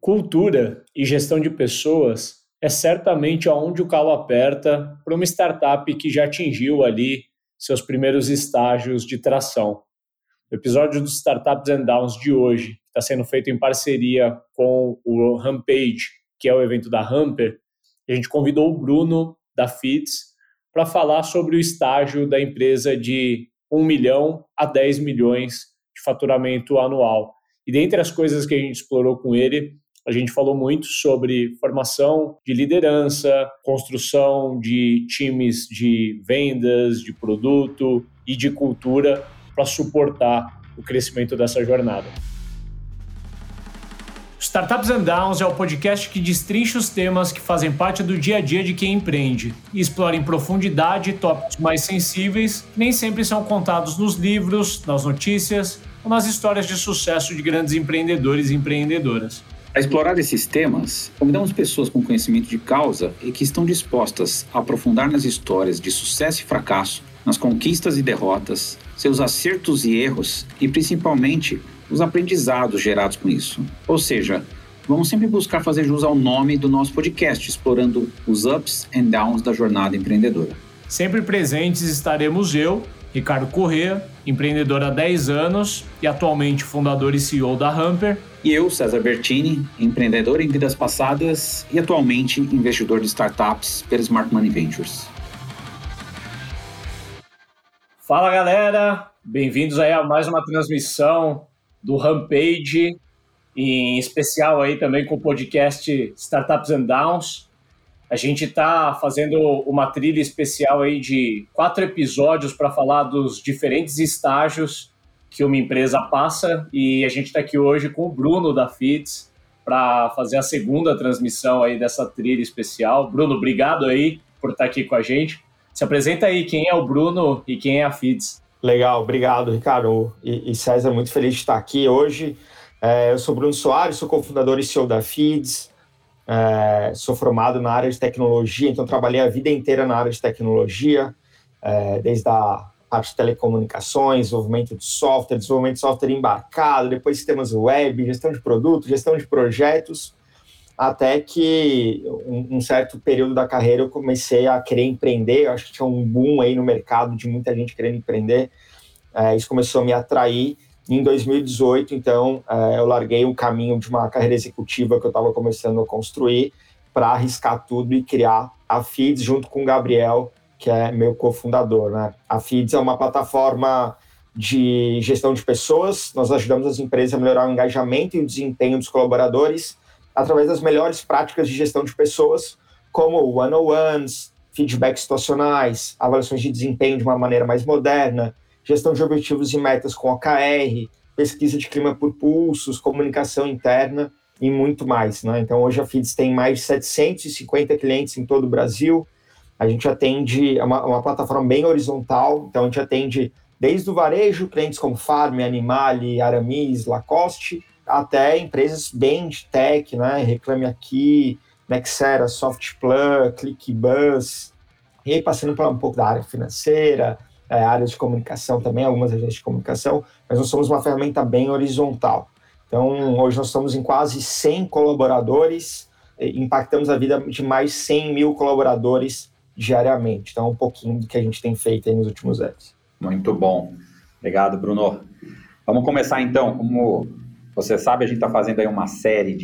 Cultura e gestão de pessoas é certamente aonde o calo aperta para uma startup que já atingiu ali seus primeiros estágios de tração. O episódio dos Startups and Downs de hoje está sendo feito em parceria com o Rampage, que é o evento da Hamper. A gente convidou o Bruno da Feeds para falar sobre o estágio da empresa de 1 milhão a 10 milhões de faturamento anual. E dentre as coisas que a gente explorou com ele, a gente falou muito sobre formação de liderança, construção de times de vendas, de produto e de cultura para suportar o crescimento dessa jornada. Startups and Downs é o podcast que destrincha os temas que fazem parte do dia a dia de quem empreende e explora em profundidade tópicos mais sensíveis que nem sempre são contados nos livros, nas notícias ou nas histórias de sucesso de grandes empreendedores e empreendedoras. Para explorar esses temas, convidamos pessoas com conhecimento de causa e que estão dispostas a aprofundar nas histórias de sucesso e fracasso, nas conquistas e derrotas, seus acertos e erros e, principalmente, os aprendizados gerados com isso. Ou seja, vamos sempre buscar fazer jus ao nome do nosso podcast, explorando os ups and downs da jornada empreendedora. Sempre presentes estaremos eu, Ricardo Corrêa, empreendedor há 10 anos e atualmente fundador e CEO da Hamper. E eu, César Bertini, empreendedor em vidas passadas e atualmente investidor de startups pela Smart Money Ventures. Fala galera, bem-vindos aí a mais uma transmissão do Rampage, em especial aí também com o podcast Startups and Downs. A gente está fazendo uma trilha especial aí de 4 episódios para falar dos diferentes estágios que uma empresa passa, e a gente está aqui hoje com o Bruno da Feeds para fazer a segunda transmissão aí dessa trilha especial. Bruno, obrigado aí por estar aqui com a gente. Se apresenta aí, quem é o Bruno e quem é a Feeds? Legal, obrigado, Ricardo e César, muito feliz de estar aqui hoje. Eu sou Bruno Soares, sou cofundador e CEO da Feeds, sou formado na área de tecnologia, então trabalhei a vida inteira na área de tecnologia, desde a parte de telecomunicações, desenvolvimento de software embarcado, depois sistemas web, gestão de produtos, gestão de projetos, até que um certo período da carreira eu comecei a querer empreender. Eu acho que tinha um boom aí no mercado de muita gente querendo empreender, isso começou a me atrair. Em 2018, então, eu larguei o caminho de uma carreira executiva que eu estava começando a construir para arriscar tudo e criar a Feeds junto com o Gabriel, que é meu cofundador, né? A Feeds é uma plataforma de gestão de pessoas. Nós ajudamos as empresas a melhorar o engajamento e o desempenho dos colaboradores através das melhores práticas de gestão de pessoas, como one-on-ones, feedbacks situacionais, avaliações de desempenho de uma maneira mais moderna, gestão de objetivos e metas com OKR, pesquisa de clima por pulsos, comunicação interna e muito mais, né? Então, hoje a Feeds tem mais de 750 clientes em todo o Brasil. A gente atende uma plataforma bem horizontal, então a gente atende desde o varejo, clientes como Farm, Animale, Aramis, Lacoste, até empresas bem de tech, né? Reclame Aqui, Nexera, Softplan, ClickBus, e aí passando por um pouco da área financeira, áreas de comunicação também, algumas agências de comunicação, mas nós somos uma ferramenta bem horizontal. Então, hoje nós estamos em quase 100 colaboradores, impactamos a vida de mais 100 mil colaboradores diariamente. Então, um pouquinho do que a gente tem feito aí nos últimos anos. Muito bom. Obrigado, Bruno. Vamos começar então. Como você sabe, a gente está fazendo aí uma série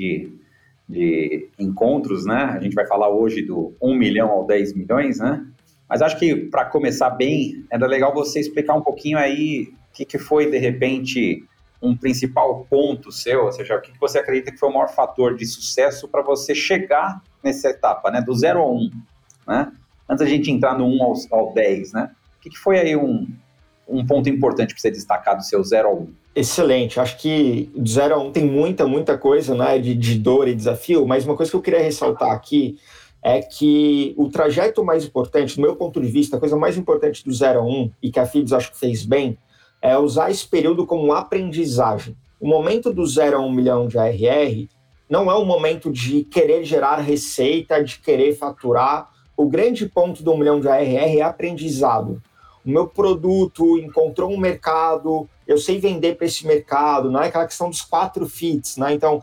de encontros, né? A gente vai falar hoje do 1 milhão ao 10 milhões, né? Mas acho que, para começar bem, era legal você explicar um pouquinho aí o que foi, de repente, um principal ponto seu, ou seja, o que você acredita que foi o maior fator de sucesso para você chegar nessa etapa, né? Do 0 ao 1, né? Antes da gente entrar no 1 ao 10, né? O que foi aí um ponto importante para você destacar do seu 0 ao 1? Excelente. Acho que do 0 a 1 tem muita coisa, né, de dor e desafio, mas uma coisa que eu queria ressaltar aqui é que o trajeto mais importante, do meu ponto de vista, a coisa mais importante do 0 a 1, e que a Feeds acho que fez bem, é usar esse período como aprendizagem. O momento do 0 a 1 milhão de ARR não é um momento de querer gerar receita, de querer faturar. O grande ponto do 1 milhão de ARR é aprendizado. O meu produto encontrou um mercado, eu sei vender para esse mercado, não é aquela questão dos 4 fits, né? Então,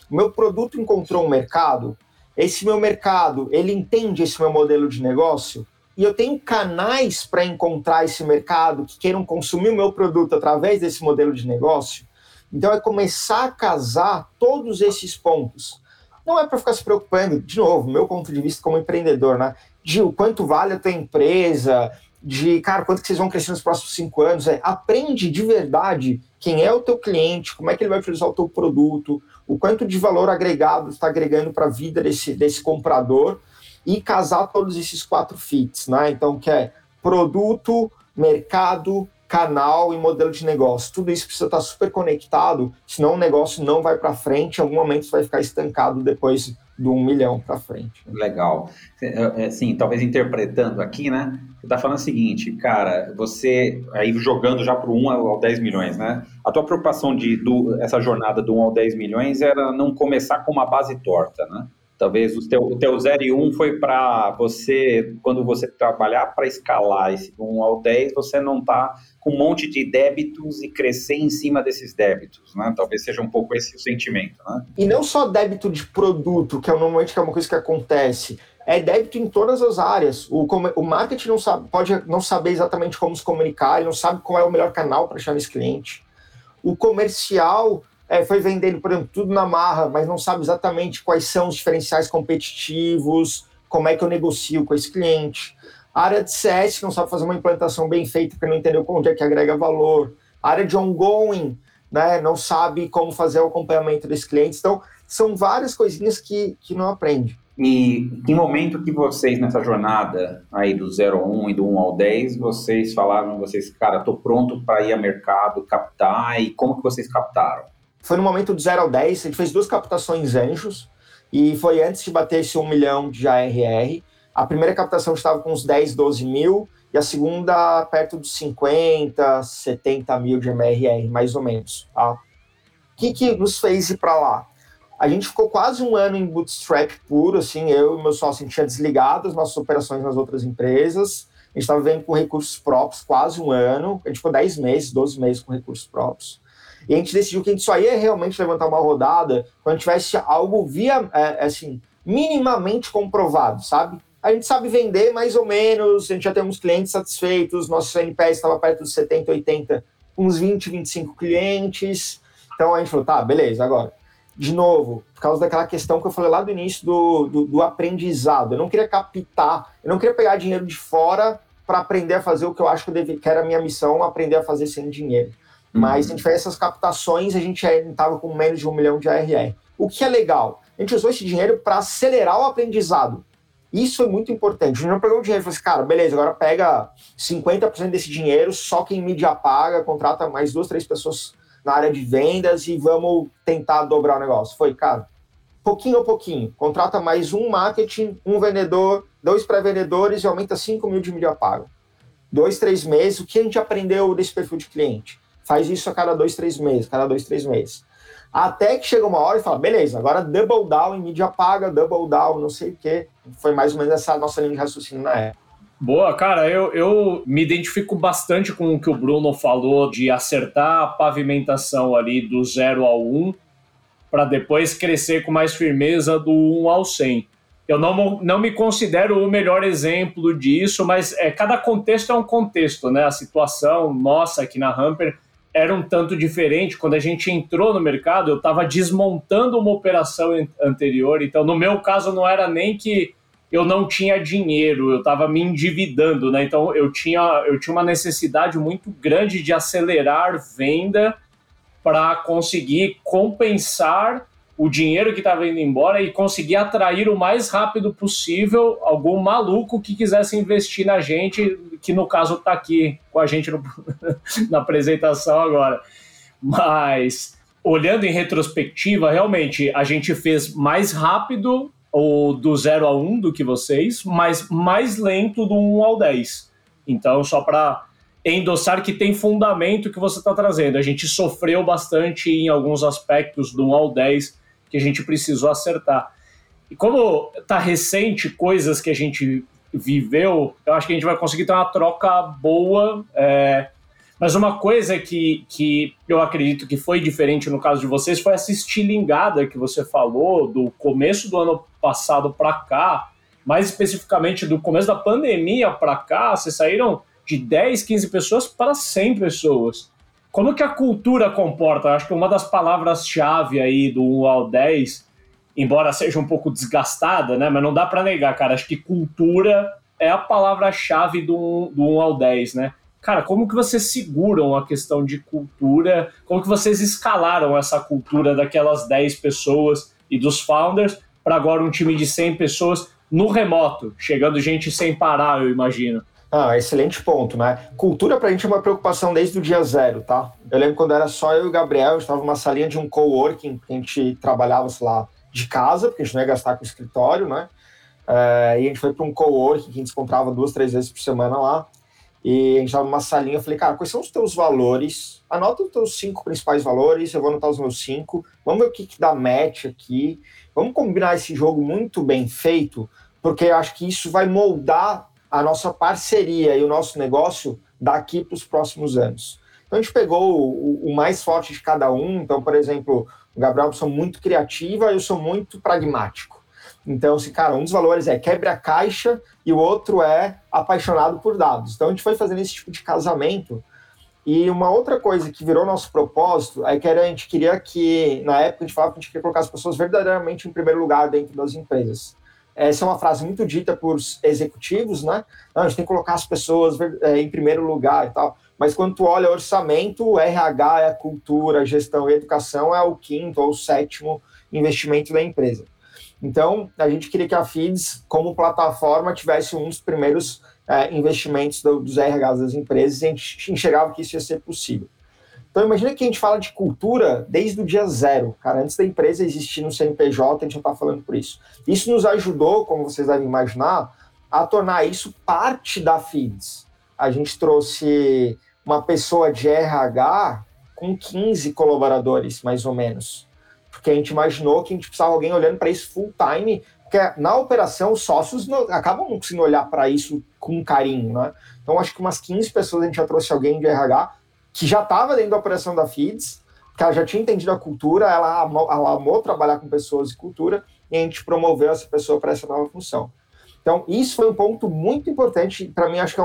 O meu produto encontrou um mercado, esse meu mercado, ele entende esse meu modelo de negócio, e eu tenho canais para encontrar esse mercado que queiram consumir o meu produto através desse modelo de negócio. Então, é começar a casar todos esses pontos. Não é para ficar se preocupando, de novo, meu ponto de vista como empreendedor, né? De o quanto vale a tua empresa, de, cara, quanto que vocês vão crescer nos próximos 5 anos. Aprende de verdade quem é o teu cliente, como é que ele vai utilizar o teu produto, o quanto de valor agregado está agregando para a vida desse comprador e casar todos esses 4 fits, né? Então, que é produto, mercado, canal e modelo de negócio. Tudo isso precisa estar super conectado, senão o negócio não vai para frente, em algum momento você vai ficar estancado depois do 1 milhão para frente. Legal. Sim, talvez interpretando aqui, né? Você está falando o seguinte, cara, você, aí jogando já para o 1 ao 10 milhões, né? A tua preocupação essa jornada do 1 ao 10 milhões era não começar com uma base torta, né? Talvez o teu 0 e 1 foi para você, quando você trabalhar para escalar esse 1 ao 10, você não está com um monte de débitos e crescer em cima desses débitos, né? Talvez seja um pouco esse o sentimento, né? E não só débito de produto, que normalmente é uma coisa que acontece, é débito em todas as áreas. O marketing pode não saber exatamente como se comunicar, ele não sabe qual é o melhor canal para achar esse cliente. O comercial foi vendendo, por exemplo, tudo na marra, mas não sabe exatamente quais são os diferenciais competitivos, como é que eu negocio com esse cliente. A área de CS não sabe fazer uma implantação bem feita porque não entendeu onde é que agrega valor. A área de ongoing, né, não sabe como fazer o acompanhamento desses clientes. Então, são várias coisinhas que não aprende. E em momento que vocês, nessa jornada aí do 0 ao 1 e do 1 ao 10, vocês falaram, cara, estou pronto para ir a mercado, captar, e como que vocês captaram? Foi no momento do 0 ao 10, a gente fez 2 captações anjos, e foi antes de bater esse 1 milhão de ARR. A primeira captação estava com uns 10, 12 mil, e a segunda perto dos 50, 70 mil de MRR, mais ou menos. Tá? O que nos fez ir para lá? A gente ficou quase 1 ano em bootstrap puro, assim, eu e meu sócio, a gente tinha desligado as nossas operações nas outras empresas, a gente estava vendo com recursos próprios quase 1 ano, a gente ficou 10 meses, 12 meses com recursos próprios. E a gente decidiu que a gente só ia realmente levantar uma rodada quando tivesse algo minimamente comprovado, sabe? A gente sabe vender mais ou menos, a gente já tem uns clientes satisfeitos, nosso NPS estava perto dos 70, 80, uns 20, 25 clientes. Então a gente falou, tá, beleza, agora. De novo, por causa daquela questão que eu falei lá do início do aprendizado. Eu não queria captar, eu não queria pegar dinheiro de fora para aprender a fazer o que eu acho que era a minha missão, aprender a fazer sem dinheiro. Mas a gente fez essas captações, a gente estava com menos de 1 milhão de ARR. O que é legal? A gente usou esse dinheiro para acelerar o aprendizado. Isso é muito importante. A gente não pegou o dinheiro e falou assim, cara, beleza, agora pega 50% desse dinheiro, só quem mídia paga, contrata mais 2, 3 pessoas na área de vendas e vamos tentar dobrar o negócio. Foi, cara, pouquinho a pouquinho. Contrata mais 1 marketing, 1 vendedor, 2 pré-vendedores e aumenta 5 mil de mídia paga. 2, 3 meses, o que a gente aprendeu desse perfil de cliente? Faz isso a cada 2, 3 meses, Até que chega uma hora e fala, beleza, agora double down em mídia paga, double down, não sei o quê. Foi mais ou menos essa nossa linha de raciocínio na época. Boa, cara, eu me identifico bastante com o que o Bruno falou de acertar a pavimentação ali do 0 ao 1 para depois crescer com mais firmeza do 1 ao 100. Eu não me considero o melhor exemplo disso, mas cada contexto é um contexto, né? A situação nossa aqui na Humper era um tanto diferente. Quando a gente entrou no mercado, eu estava desmontando uma operação anterior, então no meu caso não era nem que eu não tinha dinheiro, eu estava me endividando, né? Então eu tinha uma necessidade muito grande de acelerar venda para conseguir compensar o dinheiro que estava indo embora e conseguir atrair o mais rápido possível algum maluco que quisesse investir na gente, que no caso está aqui com a gente na apresentação agora. Mas, olhando em retrospectiva, realmente a gente fez mais rápido o do 0 a 1 do que vocês, mas mais lento do 1 ao 10. Então, só para endossar que tem fundamento que você está trazendo. A gente sofreu bastante em alguns aspectos do 1 ao 10 que a gente precisou acertar. E como está recente coisas que a gente viveu, eu acho que a gente vai conseguir ter uma troca boa, Mas uma coisa que eu acredito que foi diferente no caso de vocês foi essa estilingada que você falou do começo do ano passado para cá, mais especificamente do começo da pandemia para cá, vocês saíram de 10, 15 pessoas para 100 pessoas. Como que a cultura comporta? Eu acho que uma das palavras-chave aí do 1 ao 10, embora seja um pouco desgastada, né? Mas não dá para negar, cara. Acho que cultura é a palavra-chave do 1 ao 10, né? Cara, como que vocês seguram a questão de cultura? Como que vocês escalaram essa cultura daquelas 10 pessoas e dos founders para agora um time de 100 pessoas no remoto, chegando gente sem parar, eu imagino? Excelente ponto, né? Cultura pra gente é uma preocupação desde o dia zero, tá? Eu lembro quando era só eu e o Gabriel, a gente estava numa salinha de um coworking, que a gente trabalhava, sei lá, de casa, porque a gente não ia gastar com o escritório, né? E a gente foi para um coworking, que a gente se encontrava 2, 3 vezes por semana lá, e a gente estava numa salinha, eu falei, cara, quais são os teus valores? Anota os teus 5 principais valores, eu vou anotar os meus 5, vamos ver o que dá match aqui, vamos combinar esse jogo muito bem feito, porque eu acho que isso vai moldar a nossa parceria e o nosso negócio daqui para os próximos anos. Então a gente pegou o mais forte de cada um, então, por exemplo, o Gabriel é uma pessoa muito criativa e eu sou muito pragmático. Então, assim, cara, um dos valores é quebre a caixa e o outro é apaixonado por dados. Então, a gente foi fazendo esse tipo de casamento. E uma outra coisa que virou nosso propósito é que a gente queria que, na época, a gente falava que a gente queria colocar as pessoas verdadeiramente em primeiro lugar dentro das empresas. Essa é uma frase muito dita por executivos, né? Não, a gente tem que colocar as pessoas em primeiro lugar e tal. Mas quando tu olha orçamento, o RH é a cultura, a gestão e a educação é o 5º ou o 7º investimento da empresa. Então, a gente queria que a Feeds, como plataforma, tivesse um dos primeiros investimentos dos RHs das empresas e a gente enxergava que isso ia ser possível. Então, imagina que a gente fala de cultura desde o dia zero. Cara, antes da empresa existir no CNPJ, a gente já está falando por isso. Isso nos ajudou, como vocês devem imaginar, a tornar isso parte da Feeds. A gente trouxe uma pessoa de RH com 15 colaboradores, mais ou menos. Porque a gente imaginou que a gente precisava de alguém olhando para isso full time, porque na operação os sócios acabam não conseguindo olhar para isso com carinho, né? Então acho que umas 15 pessoas a gente já trouxe alguém de RH que já estava dentro da operação da Feeds, que ela já tinha entendido a cultura, ela amou trabalhar com pessoas e cultura, e a gente promoveu essa pessoa para essa nova função. Então isso foi um ponto muito importante, para mim acho que é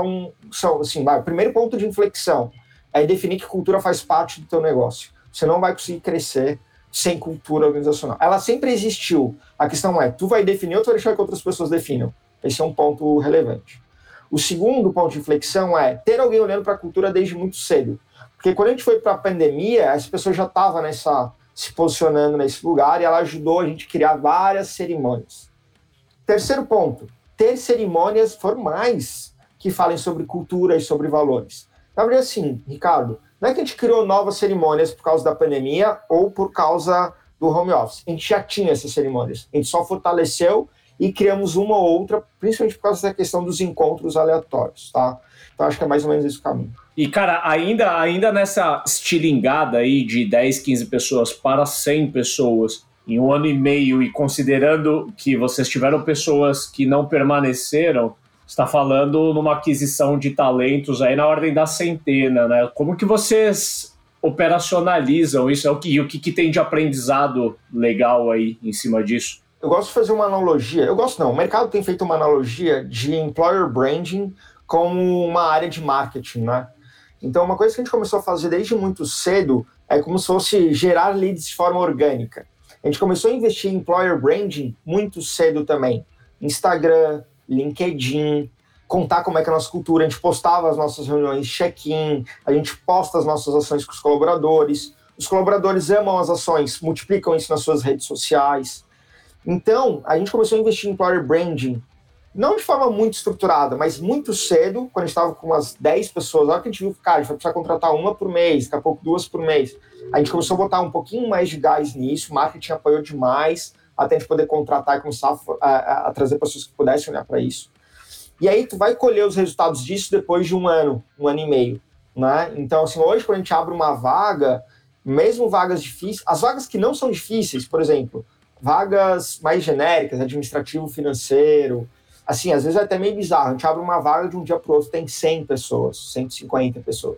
o primeiro ponto de inflexão, é definir que cultura faz parte do teu negócio. Você não vai conseguir crescer sem cultura organizacional. Ela sempre existiu. A questão é, tu vai definir ou tu vai deixar que outras pessoas definam? Esse é um ponto relevante. O segundo ponto de inflexão é ter alguém olhando para a cultura desde muito cedo. Porque quando a gente foi para a pandemia, as pessoas já estavam se posicionando nesse lugar e ela ajudou a gente a criar várias cerimônias. Terceiro ponto, ter cerimônias formais que falem sobre cultura e sobre valores. Na verdade, assim, Ricardo, não é que a gente criou novas cerimônias por causa da pandemia ou por causa do home office. A gente já tinha essas cerimônias. A gente só fortaleceu e criamos uma ou outra, principalmente por causa da questão dos encontros aleatórios, tá? Então, acho que é mais ou menos esse o caminho. E, cara, ainda nessa estilingada aí de 10, 15 pessoas para 100 pessoas em 1 ano e meio, e considerando que vocês tiveram pessoas que não permaneceram, está falando numa aquisição de talentos aí na ordem da centena, né? Como que vocês operacionalizam isso? O que tem de aprendizado legal aí em cima disso? Eu gosto de fazer uma analogia. O mercado tem feito uma analogia de employer branding como uma área de marketing, né? Então, uma coisa que a gente começou a fazer desde muito cedo é como se fosse gerar leads de forma orgânica. A gente começou a investir em employer branding muito cedo também. Instagram, LinkedIn, contar como é que é a nossa cultura. A gente postava as nossas reuniões check-in, a gente posta as nossas ações com os colaboradores. Os colaboradores amam as ações, multiplicam isso nas suas redes sociais. Então, a gente começou a investir em employer branding, não de forma muito estruturada, mas muito cedo, quando a gente estava com umas 10 pessoas, na hora que a gente viu que, cara, a gente vai precisar contratar 1 por mês, daqui a pouco 2 por mês. A gente começou a botar um pouquinho mais de gás nisso, o marketing apoiou demais, até a gente poder contratar e começar a trazer pessoas que pudessem olhar para isso. E aí tu vai colher os resultados disso depois de 1 ano e meio, né? Então, assim, hoje quando a gente abre uma vaga, mesmo vagas difíceis, as vagas que não são difíceis, por exemplo, vagas mais genéricas, administrativo, financeiro, assim, às vezes é até meio bizarro, a gente abre uma vaga de um dia para o outro, tem 100 pessoas, 150 pessoas.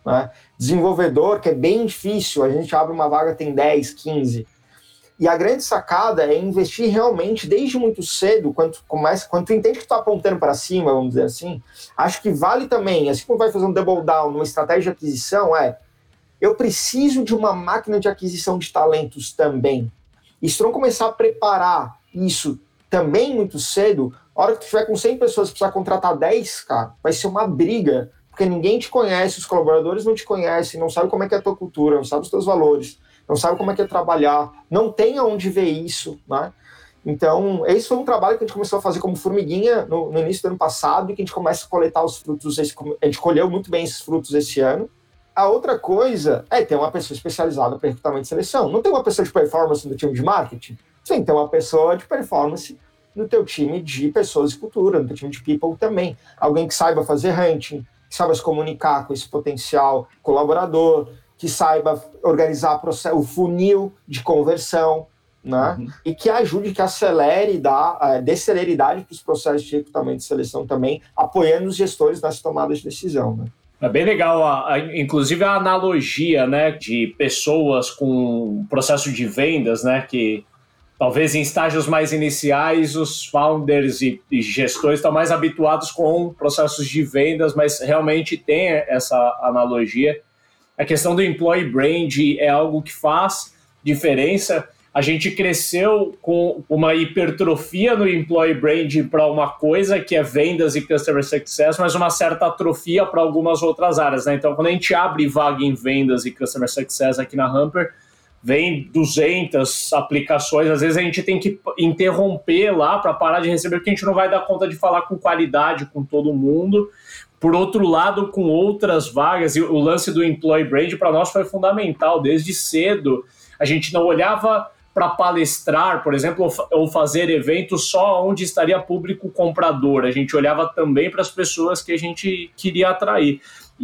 né? Desenvolvedor, que é bem difícil, a gente abre uma vaga, tem 10, 15. E a grande sacada é investir realmente desde muito cedo, quando tu entende que tu está apontando para cima, vamos dizer assim, acho que vale também, assim como vai fazer um double down numa estratégia de aquisição, eu preciso de uma máquina de aquisição de talentos também. E se tu não começar a preparar isso também muito cedo, a hora que tu estiver com 100 pessoas e precisar contratar 10, cara, vai ser uma briga, porque ninguém te conhece, os colaboradores não te conhecem, não sabe como é que é a tua cultura, não sabe os teus valores, não sabe como é que é trabalhar, não tem aonde ver isso, né? Então, esse foi um trabalho que a gente começou a fazer como formiguinha no início do ano passado e que a gente começa a coletar os frutos, a gente colheu muito bem esses frutos esse ano. A outra coisa é ter uma pessoa especializada para recrutamento e seleção. Não tem uma pessoa de performance no time de marketing? Sim, tem uma pessoa de performance no teu time de pessoas e cultura, no teu time de people também. Alguém que saiba fazer hunting, que saiba se comunicar com esse potencial colaborador, que saiba organizar o funil de conversão, né? Uhum. E que ajude, que acelere, dê celeridade para os processos de recrutamento e seleção também, apoiando os gestores nas tomadas de decisão, né? É bem legal, inclusive a analogia, né, de pessoas com processo de vendas, né, que talvez em estágios mais iniciais os founders e gestores estão mais habituados com processos de vendas, mas realmente tem essa analogia. A questão do employee brand é algo que faz diferença. A gente cresceu com uma hipertrofia no employee brand para uma coisa que é vendas e customer success, mas uma certa atrofia para algumas outras áreas, né? Então, quando a gente abre vaga em vendas e customer success aqui na Humper, vem 200 aplicações, às vezes a gente tem que interromper lá para parar de receber, porque a gente não vai dar conta de falar com qualidade com todo mundo. Por outro lado, com outras vagas, e o lance do employee brand para nós foi fundamental. Desde cedo, a gente não olhava para palestrar, por exemplo, ou fazer eventos só onde estaria público comprador. A gente olhava também para as pessoas que a gente queria atrair.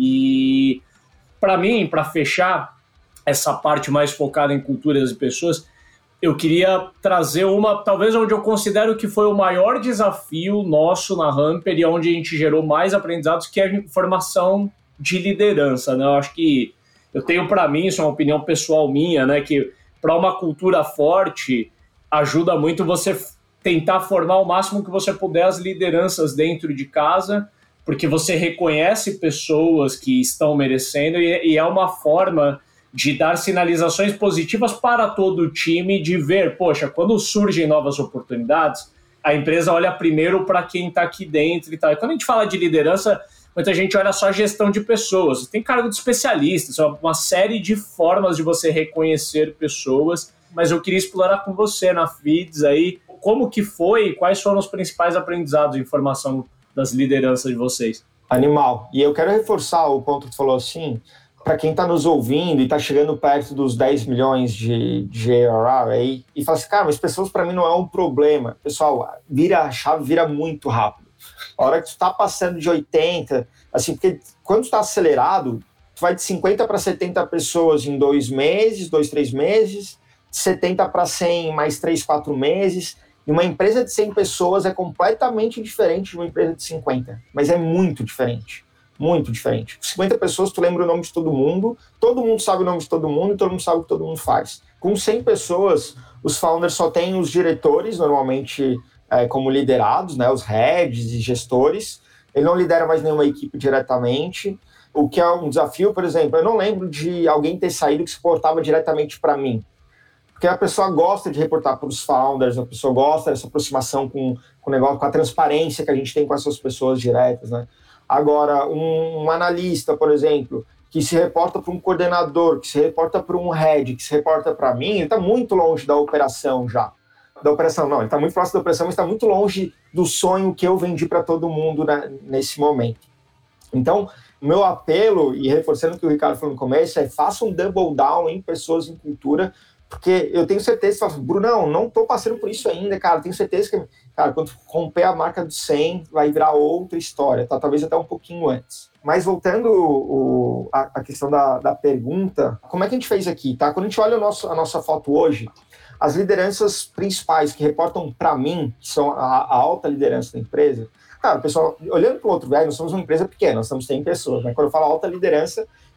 E, para mim, para fechar essa parte mais focada em culturas e pessoas, eu queria trazer talvez onde eu considero que foi o maior desafio nosso na Humper e onde a gente gerou mais aprendizados, que é a formação de liderança, né? Eu acho que eu tenho para mim, isso é uma opinião pessoal minha, né, que para uma cultura forte ajuda muito você tentar formar o máximo que você puder as lideranças dentro de casa, porque você reconhece pessoas que estão merecendo e é uma forma de dar sinalizações positivas para todo o time, de ver, poxa, quando surgem novas oportunidades, a empresa olha primeiro para quem está aqui dentro e tal. E quando a gente fala de liderança, muita gente olha só a gestão de pessoas. Tem cargo de especialista, uma série de formas de você reconhecer pessoas, mas eu queria explorar com você na Feeds aí, como que foi e quais foram os principais aprendizados em formação das lideranças de vocês. Animal. E eu quero reforçar o ponto que tu falou assim, para quem está nos ouvindo e está chegando perto dos 10 milhões de ARR aí, e fala assim, cara, mas pessoas para mim não é um problema. Pessoal, a chave vira muito rápido. A hora que tu está passando de 80, assim, porque quando tu está acelerado, tu vai de 50 para 70 pessoas em 2 meses, 2, 3 meses, de 70 para 100 em mais 3, 4 meses, e uma empresa de 100 pessoas é completamente diferente de uma empresa de 50, mas é muito diferente. Muito diferente. 50 pessoas, tu lembra o nome de todo mundo sabe o nome de todo mundo e todo mundo sabe o que todo mundo faz. Com 100 pessoas, os founders só têm os diretores, normalmente como liderados, né, os heads e gestores. Ele não lidera mais nenhuma equipe diretamente, o que é um desafio. Por exemplo, eu não lembro de alguém ter saído que se portava diretamente para mim. Porque a pessoa gosta de reportar para os founders, a pessoa gosta dessa aproximação com o negócio, com a transparência que a gente tem com essas pessoas diretas, né? Agora, um analista, por exemplo, que se reporta para um coordenador, que se reporta para um head, que se reporta para mim, ele está muito longe da operação já. Da operação, não, ele está muito próximo da operação, mas está muito longe do sonho que eu vendi para todo mundo, né, nesse momento. Então, o meu apelo, e reforçando o que o Ricardo falou no começo, é faça um double down em pessoas, em cultura, porque eu tenho certeza que você fala, Brunão, não estou passando por isso ainda, cara, tenho certeza que, cara, quando romper a marca do 100, vai virar outra história, tá? Talvez até um pouquinho antes. Mas voltando à questão da pergunta, como é que a gente fez aqui, tá? Quando a gente olha a nossa foto hoje, as lideranças principais que reportam para mim, que são a alta liderança da empresa, cara, pessoal, olhando para o outro velho, nós somos uma empresa pequena, nós somos 100 pessoas, né? Quando eu falo alta liderança,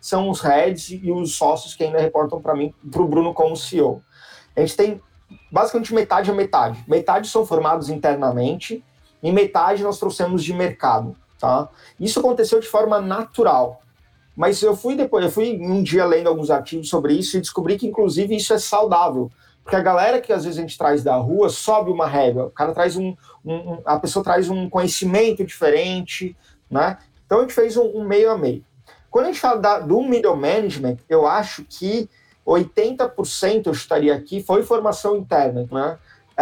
são os heads e os sócios que ainda reportam para mim, para o Bruno como CEO. A gente tem basicamente metade a metade. Metade são formados internamente e metade nós trouxemos de mercado. Tá? Isso aconteceu de forma natural. Mas eu fui um dia lendo alguns artigos sobre isso e descobri que, inclusive, isso é saudável. Porque a galera que às vezes a gente traz da rua sobe uma régua. O cara traz a pessoa traz um conhecimento diferente, né? Então a gente fez um meio a meio. Quando a gente fala do middle management, eu acho que 80%, eu estaria aqui, foi formação interna, né?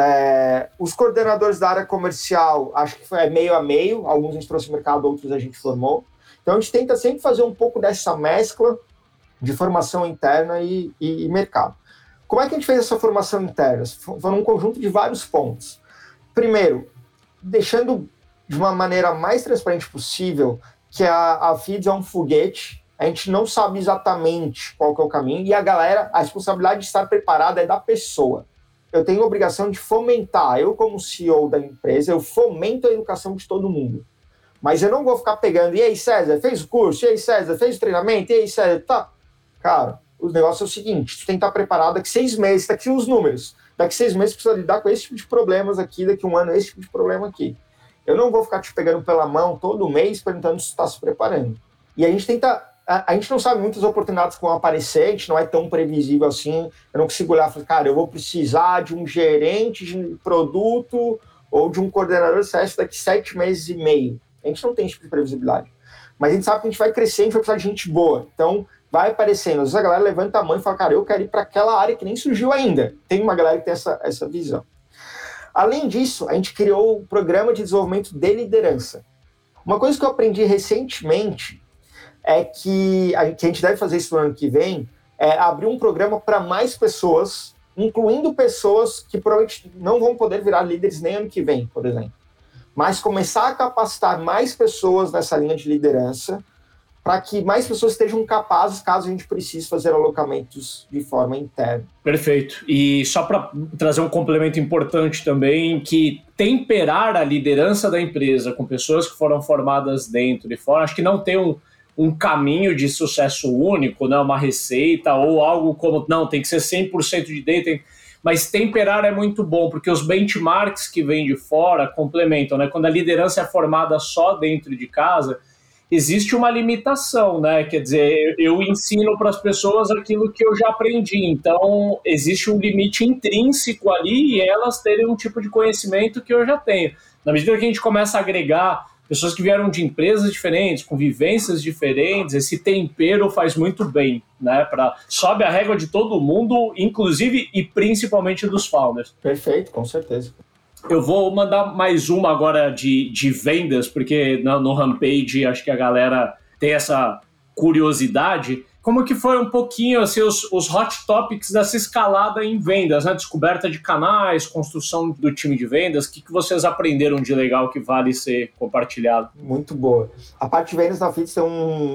Os coordenadores da área comercial, acho que foi meio a meio, alguns a gente trouxe no mercado, outros a gente formou. Então a gente tenta sempre fazer um pouco dessa mescla de formação interna e mercado. Como é que a gente fez essa formação interna? Foi um conjunto de vários pontos. Primeiro, deixando de uma maneira mais transparente possível que a Feeds é um foguete, a gente não sabe exatamente qual que é o caminho, e a responsabilidade de estar preparada é da pessoa. Eu tenho a obrigação de fomentar, eu como CEO da empresa, eu fomento a educação de todo mundo. Mas eu não vou ficar pegando, e aí César, fez o curso? E aí César, fez o treinamento? E aí César, tá. Cara, o negócio é o seguinte, tu tem que estar preparado daqui 6 meses, tá aqui os números. Daqui 6 meses precisa lidar com esse tipo de problemas aqui, daqui 1 ano esse tipo de problema aqui. Eu não vou ficar te pegando pela mão todo mês perguntando se tu está se preparando. E a gente tenta... A gente não sabe muitas oportunidades que vão aparecer, a gente não é tão previsível assim. Eu não consigo olhar e falar, cara, eu vou precisar de um gerente de produto ou de um coordenador de CS daqui 7 meses e meio. A gente não tem esse tipo de previsibilidade. Mas a gente sabe que a gente vai crescer, a gente vai precisar de gente boa. Então, vai aparecendo. Às vezes a galera levanta a mão e fala, cara, eu quero ir para aquela área que nem surgiu ainda. Tem uma galera que tem essa visão. Além disso, a gente criou um programa de desenvolvimento de liderança. Uma coisa que eu aprendi recentemente é que a gente deve fazer isso no ano que vem, é abrir um programa para mais pessoas, incluindo pessoas que provavelmente não vão poder virar líderes nem ano que vem, por exemplo. Mas começar a capacitar mais pessoas nessa linha de liderança para que mais pessoas estejam capazes caso a gente precise fazer alocamentos de forma interna. Perfeito. E só para trazer um complemento importante também, que temperar a liderança da empresa com pessoas que foram formadas dentro e fora, acho que não tem um caminho de sucesso único, né? Uma receita ou algo como, não, tem que ser 100% de dentro, mas temperar é muito bom, porque os benchmarks que vêm de fora complementam, né? Quando a liderança é formada só dentro de casa, existe uma limitação, né? Quer dizer, eu ensino para as pessoas aquilo que eu já aprendi, então existe um limite intrínseco ali e elas terem um tipo de conhecimento que eu já tenho. Na medida que a gente começa a agregar pessoas que vieram de empresas diferentes, com vivências diferentes, esse tempero faz muito bem, né? Sobe a régua de todo mundo, inclusive e principalmente dos founders. Perfeito, com certeza. Eu vou mandar mais uma agora de vendas, porque no Rampage acho que a galera tem essa curiosidade. Como que foi um pouquinho assim, os hot topics dessa escalada em vendas, né? Descoberta de canais, construção do time de vendas. O que vocês aprenderam de legal que vale ser compartilhado? Muito boa. A parte de vendas na Feeds tem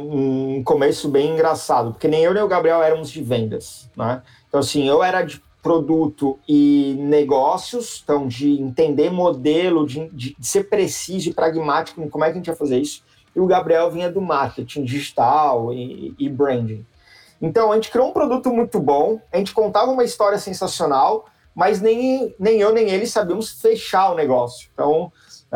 um começo bem engraçado, porque nem eu nem o Gabriel éramos de vendas, né? Então assim, eu era de produto e negócios, então de entender modelo, de ser preciso e pragmático em como é que a gente ia fazer isso. E o Gabriel vinha do marketing digital e branding. Então, a gente criou um produto muito bom, a gente contava uma história sensacional, mas nem eu nem ele sabíamos fechar o negócio. Então,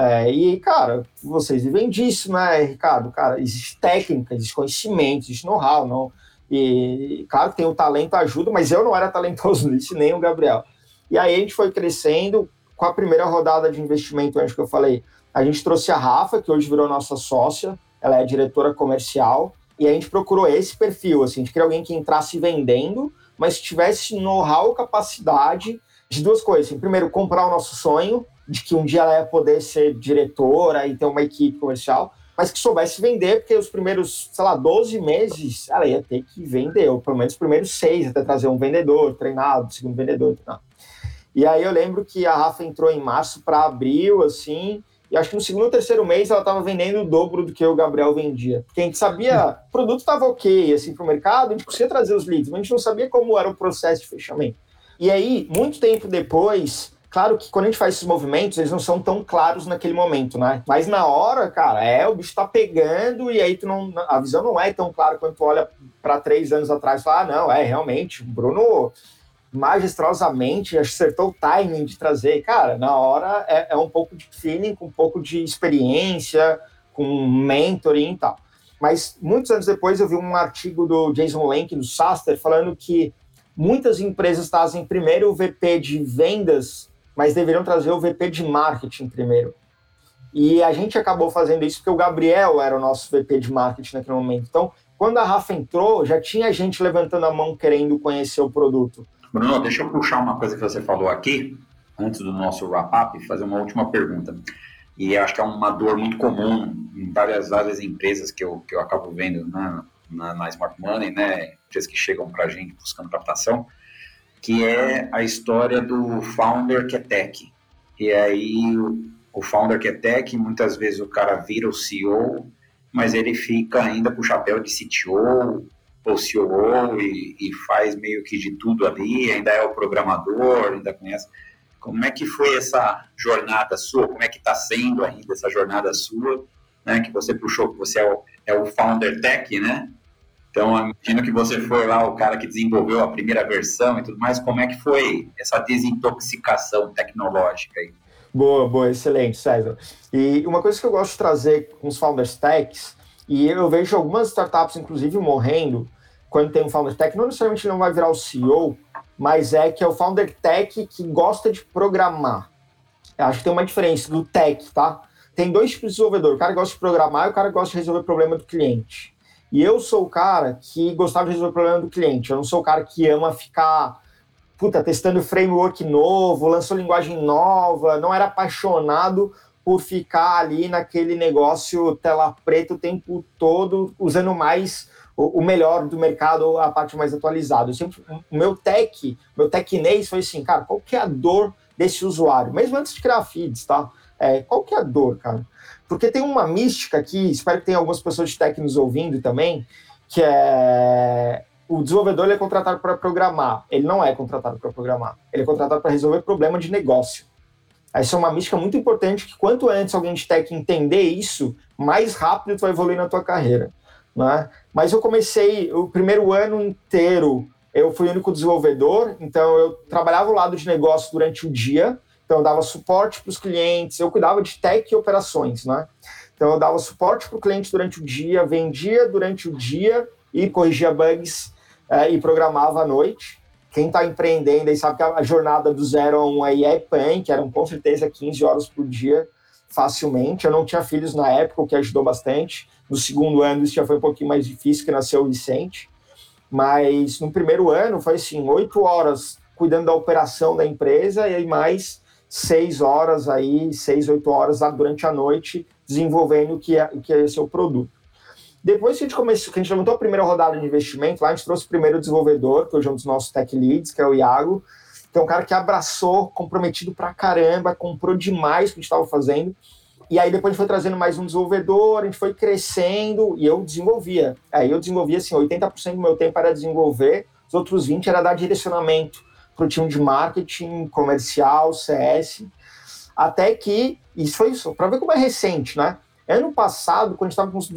cara, vocês vivem disso, né, Ricardo? Cara, existe técnica, existe conhecimento, existe know-how, não? E, claro, tem o talento ajuda, mas eu não era talentoso nisso, nem o Gabriel. E aí a gente foi crescendo. Com a primeira rodada de investimento, acho que eu falei, a gente trouxe a Rafa, que hoje virou nossa sócia, ela é diretora comercial, e a gente procurou esse perfil, assim, a gente queria alguém que entrasse vendendo, mas tivesse know-how, capacidade de duas coisas. Assim, primeiro, comprar o nosso sonho, de que um dia ela ia poder ser diretora e ter uma equipe comercial, mas que soubesse vender, porque os primeiros, 12 meses, ela ia ter que vender, ou pelo menos os primeiros 6, até trazer um vendedor treinado, segundo vendedor treinado. E aí eu lembro que a Rafa entrou em março para abril, assim, e acho que no segundo ou terceiro mês ela estava vendendo o dobro do que o Gabriel vendia. Porque a gente sabia, o produto estava ok, assim, para o mercado, a gente conseguia trazer os leads, mas a gente não sabia como era o processo de fechamento. E aí, muito tempo depois, Claro que quando a gente faz esses movimentos, eles não são tão claros naquele momento, né? Mas na hora, cara, o bicho tá pegando e aí a visão não é tão clara quando tu olha para 3 anos atrás e fala, não, realmente, o Bruno magistrosamente acertou o timing de trazer. Cara, na hora é um pouco de feeling, com um pouco de experiência, com mentoring e tal. Mas muitos anos depois eu vi um artigo do Jason Lenk, do SaaStr, falando que muitas empresas trazem primeiro o VP de vendas, mas deveriam trazer o VP de marketing primeiro. E a gente acabou fazendo isso porque o Gabriel era o nosso VP de marketing naquele momento. Então, quando a Rafa entrou, já tinha gente levantando a mão querendo conhecer o produto. Bruno, deixa eu puxar uma coisa que você falou aqui, antes do nosso wrap-up, e fazer uma última pergunta. E acho que é uma dor muito comum em várias empresas que eu acabo vendo na Smart Money, né? Empresas que chegam para a gente buscando captação, que é a história do founder que é tech. E aí, o founder que é tech, muitas vezes o cara vira o CEO, mas ele fica ainda com o chapéu de CTO ou COO e faz meio que de tudo ali, ainda é o programador, ainda conhece. Como é que foi essa jornada sua? Como é que está sendo ainda essa jornada sua? Né, que você puxou, que você é o founder tech, né? Então, imagino que você foi lá o cara que desenvolveu a primeira versão e tudo mais. Como é que foi essa desintoxicação tecnológica aí? Boa, excelente, César. E uma coisa que eu gosto de trazer com os founders techs, e eu vejo algumas startups, inclusive, morrendo quando tem um founder tech, não necessariamente ele não vai virar o CEO, mas que é o founder tech que gosta de programar. Eu acho que tem uma diferença do tech, tá? Tem 2 tipos de desenvolvedor, o cara gosta de programar e o cara gosta de resolver o problema do cliente. E eu sou o cara que gostava de resolver o problema do cliente, eu não sou o cara que ama ficar testando framework novo, lançou linguagem nova, não era apaixonado por ficar ali naquele negócio tela preta o tempo todo, usando mais o melhor do mercado, a parte mais atualizada. O meu technês foi assim, cara, qual que é a dor desse usuário? Mesmo antes de criar feeds, tá? Qual que é a dor, cara? Porque tem uma mística aqui, espero que tenha algumas pessoas de tech nos ouvindo também, que é... O desenvolvedor ele é contratado para programar. Ele não é contratado para programar. Ele é contratado para resolver problema de negócio. Essa é uma mística muito importante, que quanto antes alguém de tech entender isso, mais rápido tu vai evoluir na tua carreira. Né? Mas eu comecei, o primeiro ano inteiro, eu fui o único desenvolvedor, então eu trabalhava ao lado de negócio durante o dia, então eu dava suporte para os clientes, eu cuidava de tech e operações. Né? Então eu dava suporte para o cliente durante o dia, vendia durante o dia e corrigia bugs e programava à noite. Quem está empreendendo aí sabe que a jornada do 0 a 1 aí é punk, que eram com certeza 15 horas por dia, facilmente. Eu não tinha filhos na época, o que ajudou bastante. No segundo ano isso já foi um pouquinho mais difícil, que nasceu o Vicente. Mas no primeiro ano foi assim, 8 horas cuidando da operação da empresa e aí mais 6 horas aí, 6, 8 horas lá durante a noite, desenvolvendo o que ia ser o produto. Depois que a gente levantou a primeira rodada de investimento, lá a gente trouxe o primeiro desenvolvedor, que hoje é um dos nossos tech leads, que é o Iago, que é um cara que abraçou, comprometido pra caramba, comprou demais o que a gente estava fazendo. E aí depois a gente foi trazendo mais um desenvolvedor, a gente foi crescendo e eu desenvolvia. Aí eu desenvolvia assim, 80% do meu tempo era desenvolver, os outros 20% era dar direcionamento para o time de marketing, comercial, CS, até que, isso foi isso, para ver como é recente, né? Ano passado, quando a gente estava com uns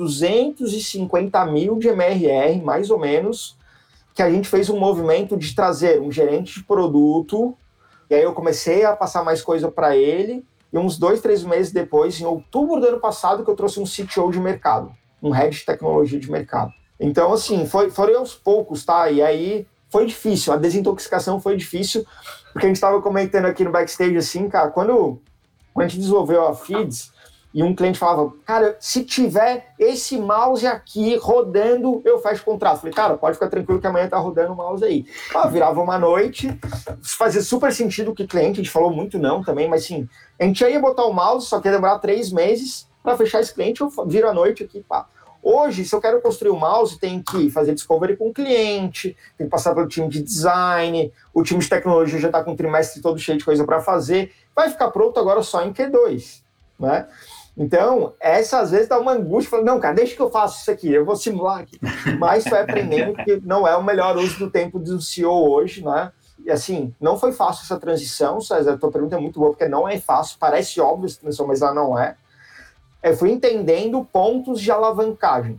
250 mil de MRR, mais ou menos, que a gente fez um movimento de trazer um gerente de produto, e aí eu comecei a passar mais coisa para ele, e uns 2, 3 meses depois, em outubro do ano passado, que eu trouxe um CTO de mercado, um head de tecnologia de mercado. Então, assim, foram aos poucos, tá? E aí foi difícil, a desintoxicação foi difícil, porque a gente estava comentando aqui no backstage, assim, cara, quando a gente desenvolveu a Feeds, e um cliente falava, cara, se tiver esse mouse aqui rodando, eu fecho o contrato. Falei, cara, pode ficar tranquilo que amanhã tá rodando o mouse aí. Virava uma noite, fazia super sentido o que cliente, a gente falou muito não também, mas sim, a gente já ia botar o mouse, só que ia demorar 3 meses para fechar esse cliente, eu viro à noite aqui, pá. Hoje, se eu quero construir o mouse, tem que fazer discovery com o cliente, tem que passar pelo time de design, o time de tecnologia já está com o trimestre todo cheio de coisa para fazer, vai ficar pronto agora só em Q2, né? Então, essa às vezes dá uma angústia, falando, não, cara, deixa que eu faço isso aqui, eu vou simular aqui. Mas tu vai aprendendo que não é o melhor uso do tempo do CEO hoje, né? assim, não foi fácil essa transição, César, a tua pergunta é muito boa, porque não é fácil, parece óbvio essa transição, mas ela não é. Eu fui entendendo pontos de alavancagem.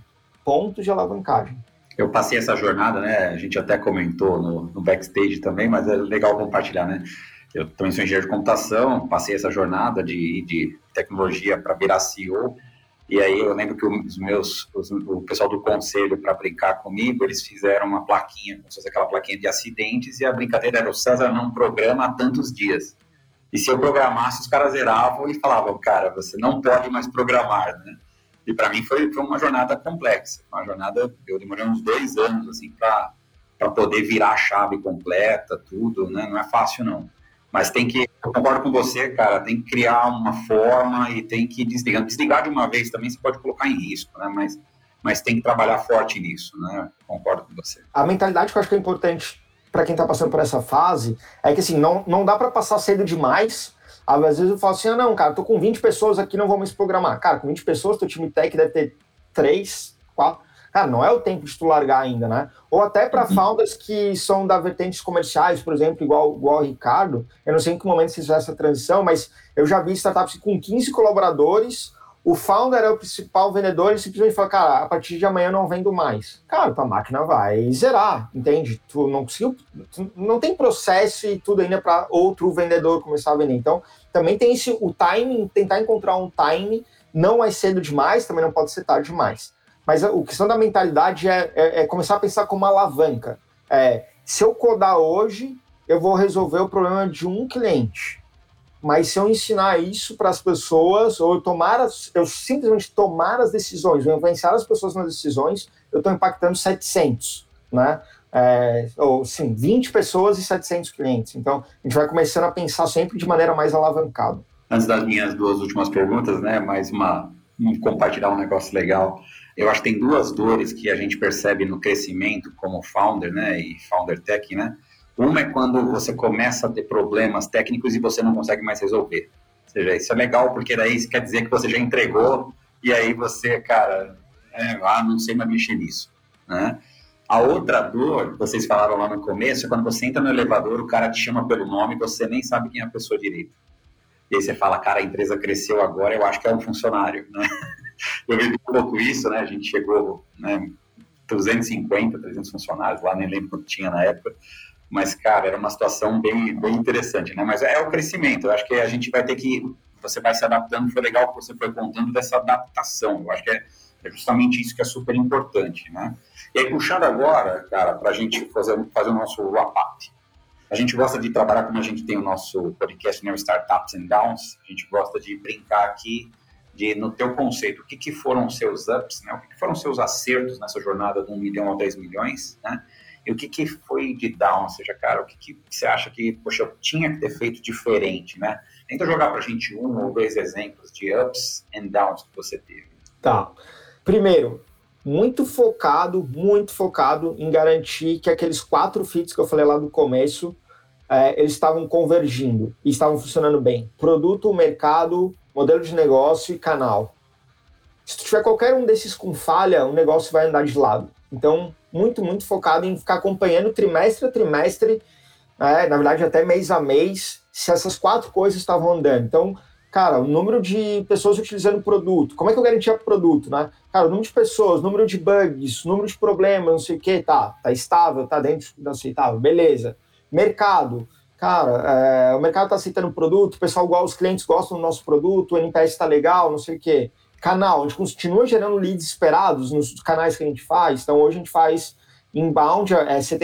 Eu passei essa jornada, né? A gente até comentou no backstage também, mas é legal compartilhar, né? Eu também sou engenheiro de computação, passei essa jornada de tecnologia para virar CEO. E aí eu lembro que o pessoal do conselho, para brincar comigo, eles fizeram uma plaquinha, como se fosse aquela plaquinha de acidentes, e a brincadeira era: o César não programa há tantos dias. E se eu programasse, os caras zeravam e falavam: cara, você não pode mais programar, né? E para mim foi uma jornada complexa, eu demorei uns 2 anos, assim, para poder virar a chave completa, tudo, né? Não é fácil, não. Mas eu concordo com você, cara, tem que criar uma forma e tem que desligar. Desligar de uma vez também você pode colocar em risco, né? Mas tem que trabalhar forte nisso, né? Concordo com você. A mentalidade que eu acho que é importante para quem está passando por essa fase é que, assim, não dá para passar cedo demais. Às vezes eu falo assim, não, cara, tô com 20 pessoas aqui, não vou mais programar. Cara, com 20 pessoas, teu time tech deve ter 3, 4... Cara, não é o tempo de tu largar ainda, né? Ou até para founders que são da vertentes comerciais, por exemplo, igual o Ricardo. Eu não sei em que momento vocês fizeram essa transição, mas eu já vi startups com 15 colaboradores, o founder é o principal vendedor, ele simplesmente fala, cara, a partir de amanhã eu não vendo mais. Cara, tua máquina vai zerar, entende? Tu não conseguiu, não tem processo e tudo ainda para outro vendedor começar a vender. Então, também tem o timing, tentar encontrar um timing, não é cedo demais, também não pode ser tarde demais. Mas a questão da mentalidade é começar a pensar como uma alavanca. Se eu codar hoje, eu vou resolver o problema de um cliente. Mas se eu ensinar isso para as pessoas, ou eu simplesmente tomar as decisões, ou influenciar as pessoas nas decisões, eu estou impactando 700, né? Ou sim, 20 pessoas e 700 clientes. Então, a gente vai começando a pensar sempre de maneira mais alavancada. Antes das minhas 2 últimas perguntas, né? Compartilhar um negócio legal. Eu acho que tem 2 dores que a gente percebe no crescimento como founder, né, e founder tech, né? Uma é quando você começa a ter problemas técnicos e você não consegue mais resolver. Ou seja, isso é legal porque daí isso quer dizer que você já entregou e aí você, cara, não sei mais mexer nisso, né? A outra dor, que vocês falaram lá no começo, é quando você entra no elevador, o cara te chama pelo nome e você nem sabe quem é a pessoa direito. E aí você fala, cara, a empresa cresceu agora, eu acho que é um funcionário, né? Eu vi um pouco isso, né? A gente chegou, né, 250, 300 funcionários lá, nem lembro quanto tinha na época. Mas, cara, era uma situação bem, bem interessante, né? Mas é o crescimento. Eu acho que a gente vai ter que... Você vai se adaptando. Foi legal que você foi contando dessa adaptação. Eu acho que é justamente isso que é super importante, né? E aí, puxando agora, cara, para a gente fazer o nosso wrap-up. A gente gosta de trabalhar, como a gente tem o nosso podcast, né, o Startups and Downs. A gente gosta de brincar aqui no teu conceito, o que foram os seus ups, né? O que foram os seus acertos nessa jornada de 1 milhão a 10 milhões, né? E o que foi de down, ou seja, cara, o que você acha que, poxa, eu tinha que ter feito diferente, né? Tenta jogar pra gente 1 ou 2 exemplos de ups and downs que você teve. Tá. Primeiro, muito focado em garantir que aqueles 4 fits que eu falei lá no começo, eles estavam convergindo e estavam funcionando bem. Produto, mercado, modelo de negócio e canal. Se tu tiver qualquer um desses com falha, o negócio vai andar de lado. Então, muito focado em ficar acompanhando trimestre a trimestre, na verdade até mês a mês, se essas 4 coisas estavam andando. Então, cara, o número de pessoas utilizando o produto, como é que eu garantia o produto, né? Cara, o número de pessoas, o número de bugs, o número de problemas, não sei o que, tá estável, tá dentro do aceitável, beleza. Mercado, cara, o mercado tá aceitando o produto, o pessoal, os clientes gostam do nosso produto, o NPS tá legal, não sei o que. Canal, a gente continua gerando leads esperados nos canais que a gente faz. Então, hoje a gente faz inbound,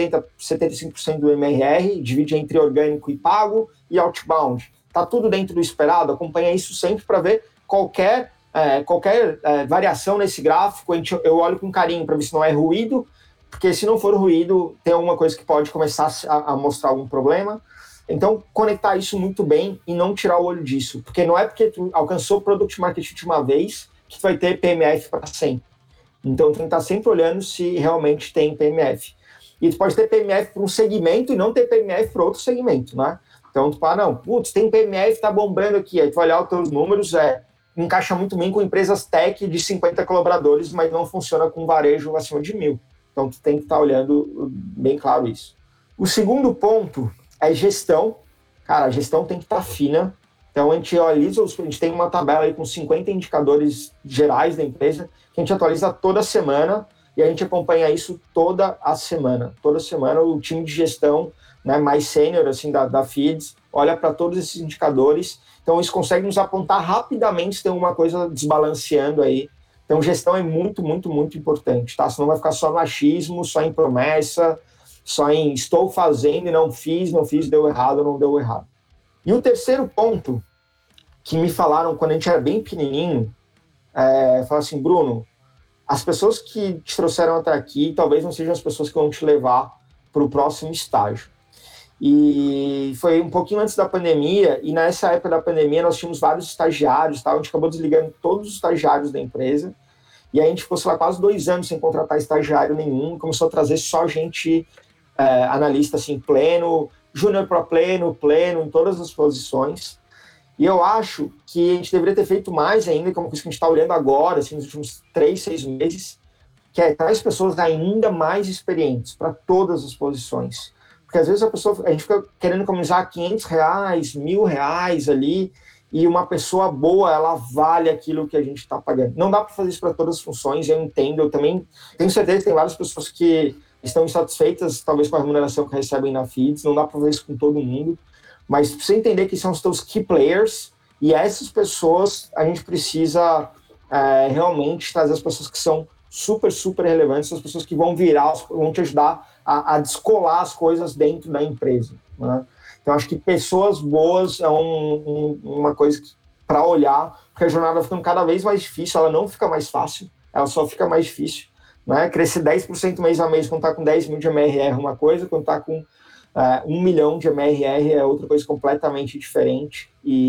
75% do MRR, divide entre orgânico e pago, e outbound. Está tudo dentro do esperado, acompanha isso sempre para ver qualquer variação nesse gráfico. Eu olho com carinho para ver se não é ruído, porque se não for ruído, tem alguma coisa que pode começar a mostrar algum problema. Então, conectar isso muito bem e não tirar o olho disso, porque não é porque tu alcançou o Product Market Fit uma vez que tu vai ter PMF para sempre. Então, tu tem que estar sempre olhando se realmente tem PMF. E tu pode ter PMF para um segmento e não ter PMF para outro segmento, né? Então, tu fala, tem PMF, tá bombando aqui. Aí tu vai olhar os teus números, encaixa muito bem com empresas tech de 50 colaboradores, mas não funciona com varejo acima de 1.000. Então, tu tem que estar olhando bem claro isso. O segundo ponto é gestão. Cara, a gestão tem que estar fina. Então, a gente tem uma tabela aí com 50 indicadores gerais da empresa, que a gente atualiza toda semana, e a gente acompanha isso toda a semana. Toda semana, o time de gestão, né, mais sênior assim, da Feeds, olha para todos esses indicadores. Então, isso consegue nos apontar rapidamente se tem alguma coisa desbalanceando aí. Então, gestão é muito, muito, muito importante, tá? Senão vai ficar só no achismo, só em promessa, só em estou fazendo e não fiz, deu errado, não deu errado. E o terceiro ponto que me falaram quando a gente era bem pequenininho, falaram assim, Bruno, as pessoas que te trouxeram até aqui talvez não sejam as pessoas que vão te levar para o próximo estágio. E foi um pouquinho antes da pandemia, e nessa época da pandemia nós tínhamos vários estagiários, tá? A gente acabou desligando todos os estagiários da empresa, e a gente ficou, sei lá, quase 2 anos sem contratar estagiário nenhum, começou a trazer só gente analista assim, pleno, júnior para pleno, em todas as posições. E eu acho que a gente deveria ter feito mais ainda, que é uma coisa que a gente está olhando agora, assim, nos últimos 3, 6 meses, que é trazer pessoas ainda mais experientes para todas as posições. Porque às vezes a gente fica querendo economizar R$500, R$1.000 ali, e uma pessoa boa, ela vale aquilo que a gente está pagando. Não dá para fazer isso para todas as funções, eu entendo, eu também tenho certeza que tem várias pessoas que estão insatisfeitas, talvez com a remuneração que recebem na Feeds, não dá para fazer isso com todo mundo, mas você entender que são os teus key players, e essas pessoas, a gente precisa realmente trazer as pessoas que são super, super relevantes, as pessoas que vão vão te ajudar a descolar as coisas dentro da empresa, né? Então, acho que pessoas boas é uma coisa para olhar, porque a jornada vai ficando cada vez mais difícil, ela não fica mais fácil, ela só fica mais difícil, né? Crescer 10% mês a mês quando está com 10 mil de MRR é uma coisa, quando está com 1 milhão de MRR é outra coisa completamente diferente.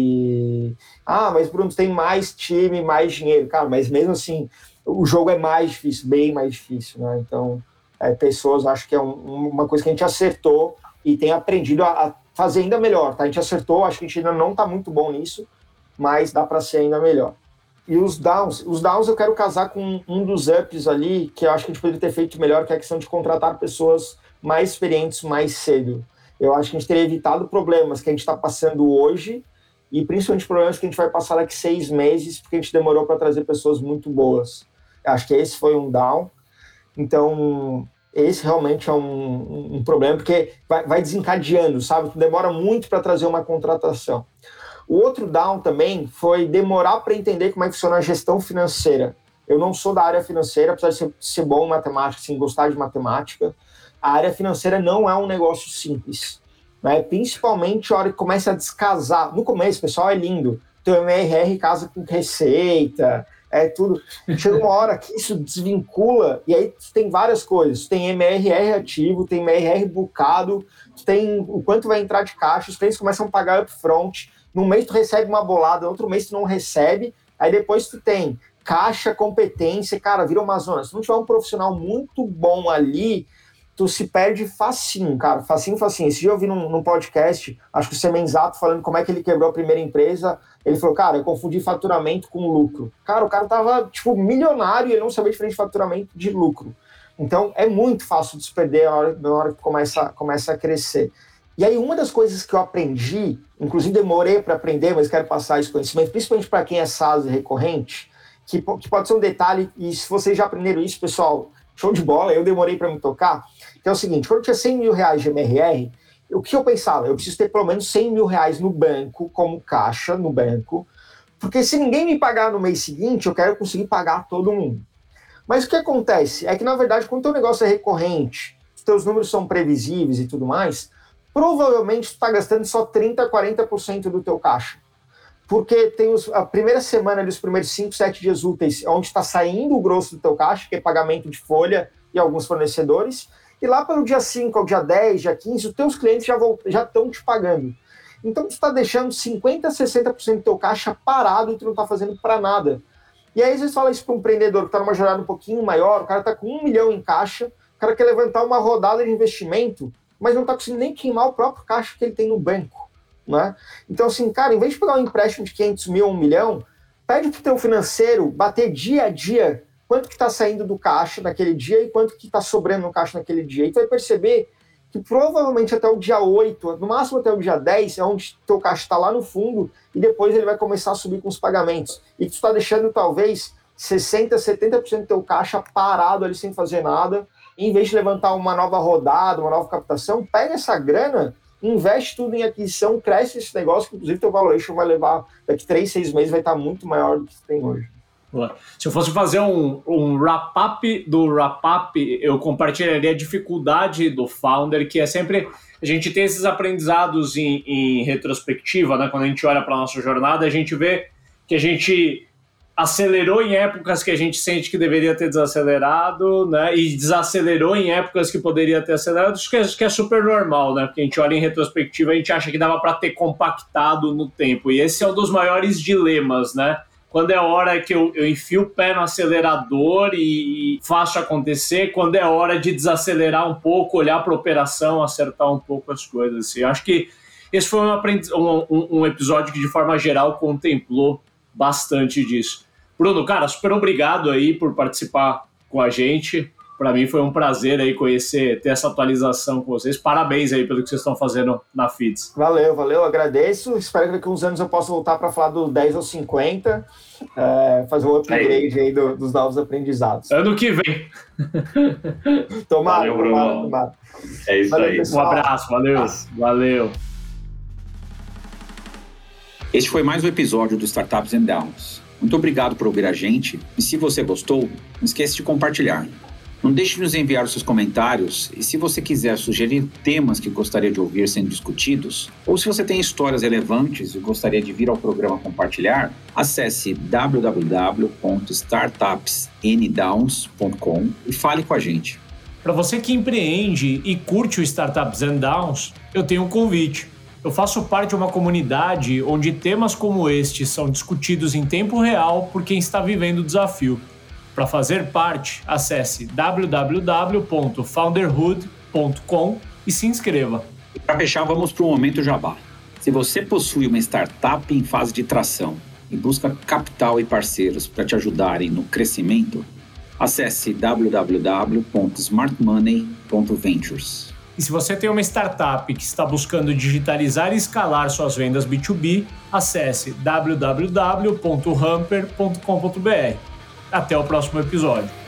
Mas Bruno, tem mais time, mais dinheiro. Cara, mas mesmo assim, o jogo é mais difícil, bem mais difícil, né? Então, pessoas, acho que é uma coisa que a gente acertou e tem aprendido a fazer ainda melhor, tá? A gente acertou, acho que a gente ainda não está muito bom nisso, mas dá para ser ainda melhor. E os downs eu quero casar com um dos ups ali, que eu acho que a gente poderia ter feito melhor, que é a questão de contratar pessoas mais experientes mais cedo. Eu acho que a gente teria evitado problemas que a gente está passando hoje, e principalmente problemas que a gente vai passar daqui 6 meses, porque a gente demorou para trazer pessoas muito boas. Eu acho que esse foi um down. Então, esse realmente é um problema, porque vai desencadeando, sabe? Demora muito para trazer uma contratação. O outro down também foi demorar para entender como é que funciona a gestão financeira. Eu não sou da área financeira, apesar de ser bom em matemática, assim, gostar de matemática. A área financeira não é um negócio simples, né? Principalmente a hora que começa a descasar. No começo, pessoal, é lindo. Teu MRR casa com receita, tudo. Chega uma hora que isso desvincula, e aí tem várias coisas. Tem MRR ativo, tem MRR bucado, tem o quanto vai entrar de caixa, os clientes começam a pagar upfront. Num mês tu recebe uma bolada, no outro mês tu não recebe, aí depois tu tem caixa, competência, cara, vira uma zona. Se não tiver um profissional muito bom ali, tu se perde facinho, cara, facinho. Esse dia eu vi num podcast, acho que o Semenzato falando como é que ele quebrou a primeira empresa. Ele falou, cara, eu confundi faturamento com lucro. Cara, o cara tava, milionário e ele não sabia diferente de faturamento de lucro. Então, é muito fácil de se perder na hora que começa a crescer. E aí, uma das coisas que eu aprendi, inclusive demorei para aprender, mas quero passar esse conhecimento, principalmente para quem é SaaS recorrente, que pode ser um detalhe, e se vocês já aprenderam isso, pessoal, show de bola, eu demorei para me tocar. Então é o seguinte, quando eu tinha 100 mil reais de MRR, o que eu pensava? Eu preciso ter pelo menos 100 mil reais no banco, como caixa no banco, porque se ninguém me pagar no mês seguinte, eu quero conseguir pagar todo mundo. Mas o que acontece? É que, na verdade, quando o teu negócio é recorrente, os teus números são previsíveis e tudo mais, provavelmente tu está gastando só 30%, 40% do teu caixa. Porque tem a primeira semana, os primeiros 5, 7 dias úteis, onde está saindo o grosso do teu caixa, que é pagamento de folha e alguns fornecedores, e lá pelo dia 5 ao dia 10, dia 15, os teus clientes já estão te pagando. Então, tu está deixando 50%, 60% do teu caixa parado e tu não está fazendo para nada. E aí, às vezes, fala isso para um empreendedor que está numa jornada um pouquinho maior, o cara está com 1 milhão em caixa, o cara quer levantar uma rodada de investimento, mas não está conseguindo nem queimar o próprio caixa que ele tem no banco, né? Então, assim, cara, em vez de pegar um empréstimo de 500 mil, 1 milhão, pede para o teu financeiro bater dia a dia quanto que está saindo do caixa naquele dia e quanto que está sobrando no caixa naquele dia. E tu vai perceber que provavelmente até o dia 8, no máximo até o dia 10, é onde teu caixa está lá no fundo e depois ele vai começar a subir com os pagamentos. E tu está deixando talvez 60%, 70% do teu caixa parado ali sem fazer nada. E, em vez de levantar uma nova rodada, uma nova captação, pega essa grana, investe tudo em aquisição, cresce esse negócio, que inclusive teu valuation vai levar, daqui 3, 6 meses vai estar muito maior do que você tem hoje. Se eu fosse fazer um wrap-up do wrap-up, eu compartilharia a dificuldade do founder, que é sempre... A gente tem esses aprendizados em retrospectiva, né? Quando a gente olha para a nossa jornada, a gente vê que a gente acelerou em épocas que a gente sente que deveria ter desacelerado, né? E desacelerou em épocas que poderia ter acelerado, isso que é super normal, né? Porque a gente olha em retrospectiva e a gente acha que dava para ter compactado no tempo. E esse é um dos maiores dilemas, né? Quando é hora que eu enfio o pé no acelerador e faço acontecer, quando é hora de desacelerar um pouco, olhar para a operação, acertar um pouco as coisas. Assim. Eu acho que esse foi um episódio que, de forma geral, contemplou bastante disso. Bruno, cara, super obrigado aí por participar com a gente. Para mim foi um prazer aí ter essa atualização com vocês. Parabéns aí pelo que vocês estão fazendo na Feeds. Valeu, agradeço. Espero que daqui a uns anos eu possa voltar para falar do 10 ou 50, fazer um upgrade aí dos novos aprendizados. Ano que vem. Tomara. É isso aí. Pessoal. Um abraço, valeu. Este foi mais um episódio do Startups and Downs. Muito obrigado por ouvir a gente e se você gostou, não esqueça de compartilhar. Não deixe de nos enviar os seus comentários e se você quiser sugerir temas que gostaria de ouvir sendo discutidos, ou se você tem histórias relevantes e gostaria de vir ao programa compartilhar, acesse www.startupsndowns.com e fale com a gente. Para você que empreende e curte o Startups and Downs, eu tenho um convite. Eu faço parte de uma comunidade onde temas como este são discutidos em tempo real por quem está vivendo o desafio. Para fazer parte, acesse www.founderhood.com e se inscreva. E para fechar, vamos para o momento jabá. Se você possui uma startup em fase de tração e busca capital e parceiros para te ajudarem no crescimento, acesse www.smartmoney.ventures. E se você tem uma startup que está buscando digitalizar e escalar suas vendas B2B, acesse www.hamper.com.br. Até o próximo episódio.